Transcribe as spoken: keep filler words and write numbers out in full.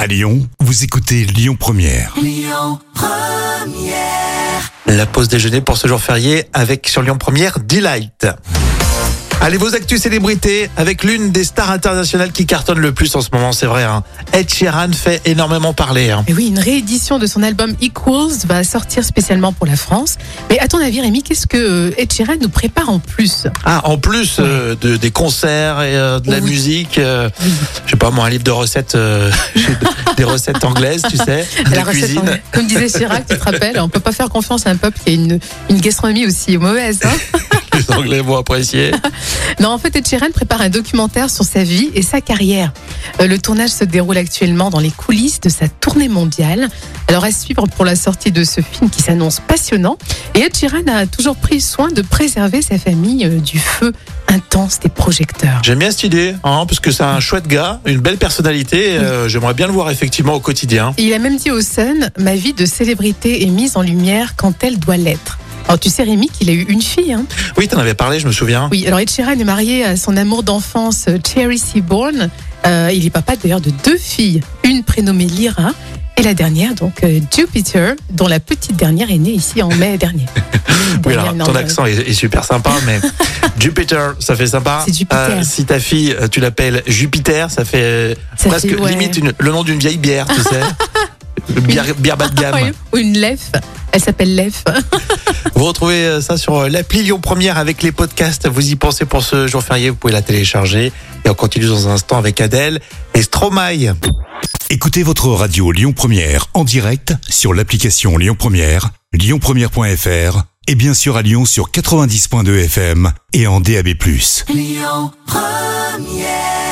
À Lyon, vous écoutez Lyon Première. Lyon Première. La pause déjeuner pour ce jour férié avec sur Lyon Première, Delight. Allez, vos actus célébrités avec l'une des stars internationales qui cartonne le plus en ce moment, c'est vrai. Hein. Ed Sheeran fait énormément parler. Hein. Et oui, une réédition de son album Equals va sortir spécialement pour la France. Mais à ton avis, Rémi, qu'est-ce que Ed Sheeran nous prépare en plus ? Ah, en plus Ouais. euh, de, des concerts et euh, de la Oui. musique, euh, je sais pas moi, un livre de recettes, euh, des recettes anglaises, tu sais, de La recette, cuisine. hein. Comme disait Chirac, tu te rappelles, on peut pas faire confiance à un peuple qui a une, une gastronomie aussi mauvaise. Hein. Les Anglais vont apprécier. Non, en fait, Ed Sheeran prépare un documentaire sur sa vie et sa carrière. Euh, le tournage se déroule actuellement dans les coulisses de sa tournée mondiale. Alors, à suivre pour la sortie de ce film qui s'annonce passionnant. Et Ed Sheeran a toujours pris soin de préserver sa famille euh, du feu intense des projecteurs. J'aime bien cette idée, hein, parce que c'est un chouette gars, une belle personnalité. Euh, j'aimerais bien le voir effectivement au quotidien. Et il a même dit au Sun, ma vie de célébrité est mise en lumière quand elle doit l'être. Alors, tu sais, Rémi, qu'il a eu une fille, hein. Oui, t'en avais parlé, je me souviens. Oui, alors Ed Sheeran est marié à son amour d'enfance, Cherry Seaborn. Euh, il est papa d'ailleurs de deux filles, une prénommée Lyra et la dernière, donc euh, Jupiter, dont la petite dernière est née ici en mai dernier. Oui, alors Dernière, ton non, accent est, est super sympa, mais Jupiter, ça fait sympa. C'est Jupiter. Euh, si ta fille, euh, tu l'appelles Jupiter, ça fait euh, Ça presque fait, ouais. limite une- le nom d'une vieille bière, tu sais. bière, bière bas de gamme. Oui, ou une Lef, elle s'appelle Lef. Vous retrouvez euh, ça sur euh, l'appli Lyon Première avec les podcasts. Vous y pensez pour ce jour férié, vous pouvez la télécharger. Et on continue dans un instant avec Adèle et Stromae. Écoutez votre radio Lyon Première en direct sur l'application Lyon Première, lyon première point f r et bien sûr à Lyon sur quatre-vingt-dix point deux F M et en D A B plus. Lyon Première.